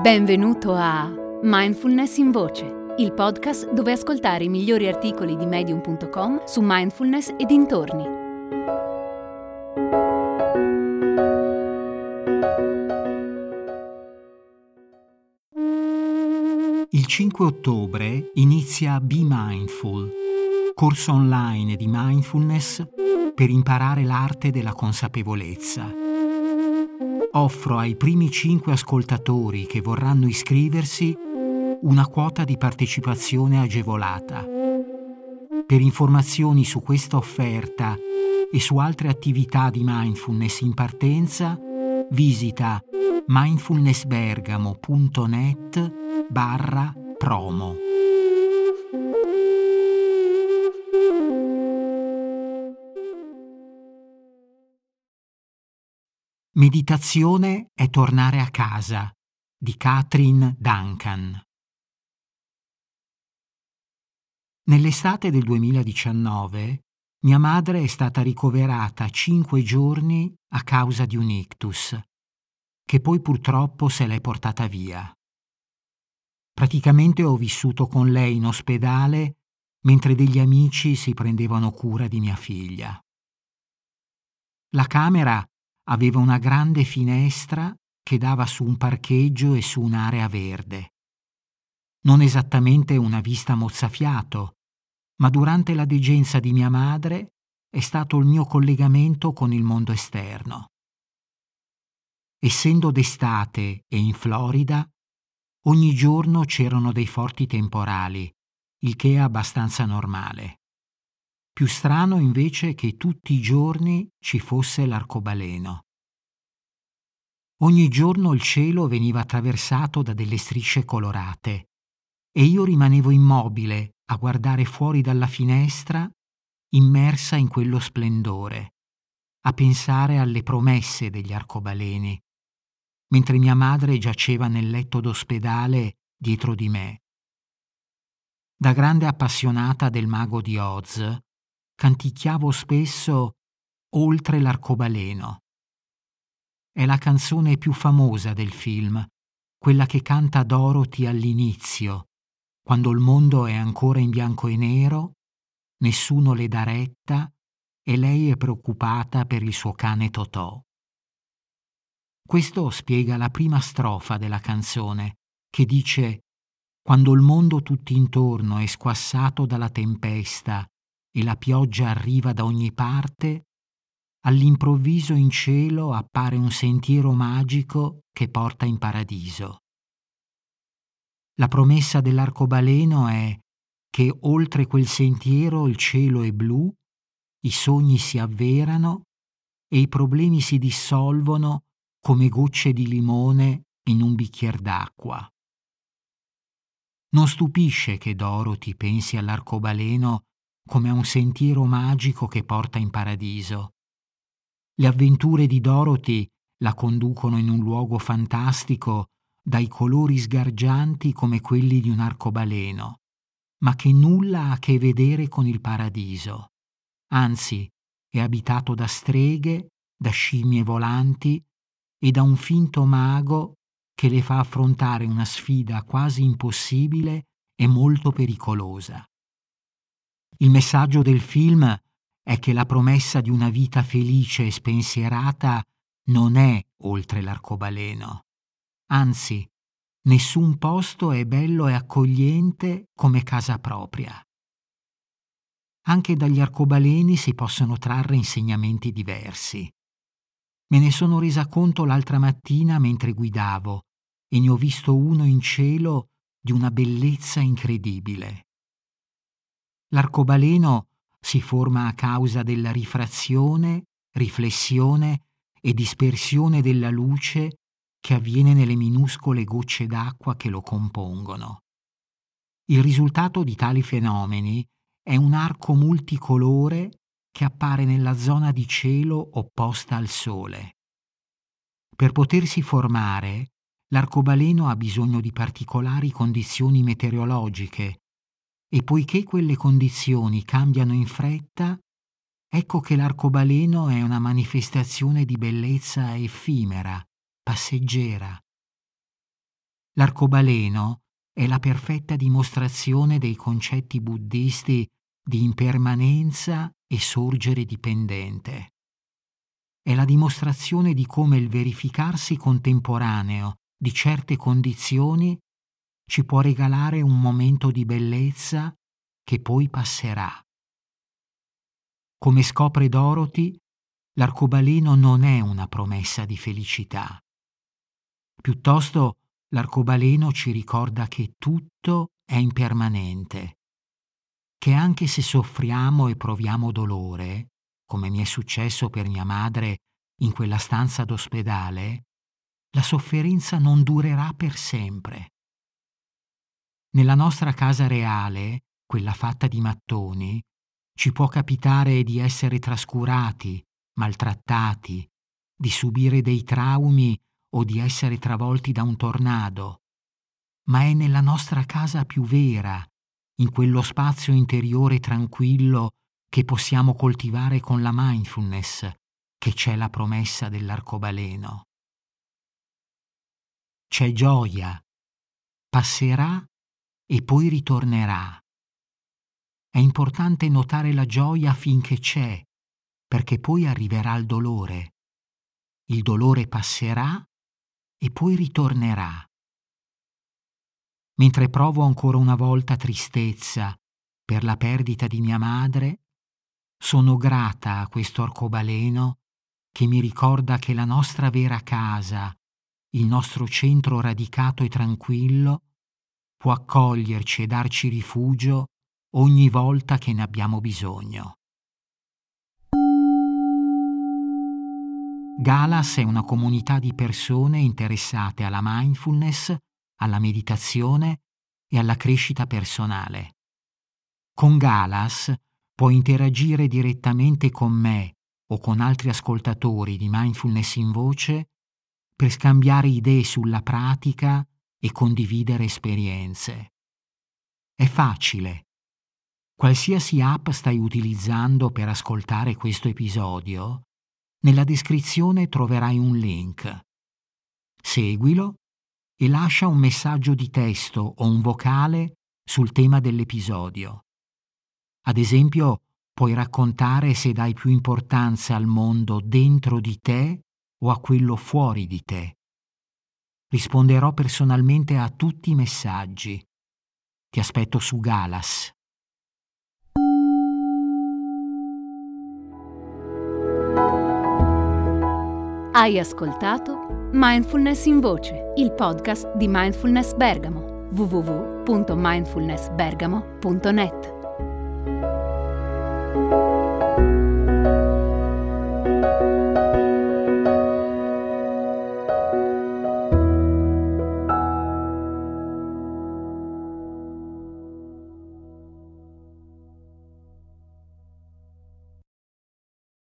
Benvenuto a Mindfulness in Voce, il podcast dove ascoltare i migliori articoli di Medium.com su mindfulness e dintorni. Il 5 ottobre inizia Be Mindful, corso online di mindfulness per imparare l'arte della consapevolezza. Offro ai primi 5 ascoltatori che vorranno iscriversi una quota di partecipazione agevolata. Per informazioni su questa offerta e su altre attività di mindfulness in partenza, visita mindfulnessbergamo.net/promo. Meditazione è tornare a casa di Catherine Duncan. Nell'estate del 2019 mia madre è stata ricoverata 5 giorni a causa di un ictus, che poi purtroppo se l'è portata via. Praticamente ho vissuto con lei in ospedale mentre degli amici si prendevano cura di mia figlia. La camera aveva una grande finestra che dava su un parcheggio e su un'area verde. Non esattamente una vista mozzafiato, ma durante la degenza di mia madre è stato il mio collegamento con il mondo esterno. Essendo d'estate e in Florida, ogni giorno c'erano dei forti temporali, il che è abbastanza normale. Più strano invece che tutti i giorni ci fosse l'arcobaleno. Ogni giorno il cielo veniva attraversato da delle strisce colorate e io rimanevo immobile a guardare fuori dalla finestra, immersa in quello splendore, a pensare alle promesse degli arcobaleni, mentre mia madre giaceva nel letto d'ospedale dietro di me. Da grande appassionata del Mago di Oz, canticchiavo spesso Oltre l'arcobaleno. È la canzone più famosa del film, quella che canta Dorothy all'inizio, quando il mondo è ancora in bianco e nero, nessuno le dà retta e lei è preoccupata per il suo cane Totò. Questo spiega la prima strofa della canzone, che dice: quando il mondo tutt'intorno è squassato dalla tempesta e la pioggia arriva da ogni parte, all'improvviso in cielo appare un sentiero magico che porta in paradiso. La promessa dell'arcobaleno è che oltre quel sentiero il cielo è blu, i sogni si avverano e i problemi si dissolvono come gocce di limone in un bicchiere d'acqua. Non stupisce che Dorothy pensi all'arcobaleno come a un sentiero magico che porta in paradiso. Le avventure di Dorothy la conducono in un luogo fantastico dai colori sgargianti come quelli di un arcobaleno, ma che nulla ha a che vedere con il paradiso. Anzi, è abitato da streghe, da scimmie volanti e da un finto mago che le fa affrontare una sfida quasi impossibile e molto pericolosa. Il messaggio del film è che la promessa di una vita felice e spensierata non è oltre l'arcobaleno. Anzi, nessun posto è bello e accogliente come casa propria. Anche dagli arcobaleni si possono trarre insegnamenti diversi. Me ne sono resa conto l'altra mattina mentre guidavo e ne ho visto uno in cielo di una bellezza incredibile. L'arcobaleno si forma a causa della rifrazione, riflessione e dispersione della luce che avviene nelle minuscole gocce d'acqua che lo compongono. Il risultato di tali fenomeni è un arco multicolore che appare nella zona di cielo opposta al Sole. Per potersi formare, l'arcobaleno ha bisogno di particolari condizioni meteorologiche e poiché quelle condizioni cambiano in fretta, ecco che l'arcobaleno è una manifestazione di bellezza effimera, passeggera. L'arcobaleno è la perfetta dimostrazione dei concetti buddisti di impermanenza e sorgere dipendente. È la dimostrazione di come il verificarsi contemporaneo di certe condizioni ci può regalare un momento di bellezza che poi passerà. Come scopre Dorothy, l'arcobaleno non è una promessa di felicità. Piuttosto, l'arcobaleno ci ricorda che tutto è impermanente, che anche se soffriamo e proviamo dolore, come mi è successo per mia madre in quella stanza d'ospedale, la sofferenza non durerà per sempre. Nella nostra casa reale, quella fatta di mattoni, ci può capitare di essere trascurati, maltrattati, di subire dei traumi o di essere travolti da un tornado, ma è nella nostra casa più vera, in quello spazio interiore tranquillo che possiamo coltivare con la mindfulness, che c'è la promessa dell'arcobaleno. C'è gioia, passerà e poi ritornerà. È importante notare la gioia finché c'è, perché poi arriverà il dolore. Il dolore passerà e poi ritornerà. Mentre provo ancora una volta tristezza per la perdita di mia madre, sono grata a questo arcobaleno che mi ricorda che la nostra vera casa, il nostro centro radicato e tranquillo, può accoglierci e darci rifugio ogni volta che ne abbiamo bisogno. Galas è una comunità di persone interessate alla mindfulness, alla meditazione e alla crescita personale. Con Galas puoi interagire direttamente con me o con altri ascoltatori di Mindfulness in Voce per scambiare idee sulla pratica e condividere esperienze. È facile. Qualsiasi app stai utilizzando per ascoltare questo episodio, nella descrizione troverai un link. Seguilo e lascia un messaggio di testo o un vocale sul tema dell'episodio. Ad esempio, puoi raccontare se dai più importanza al mondo dentro di te o a quello fuori di te. Risponderò personalmente a tutti i messaggi. Ti aspetto su Galas. Hai ascoltato Mindfulness in Voce, il podcast di Mindfulness Bergamo, www.mindfulnessbergamo.net.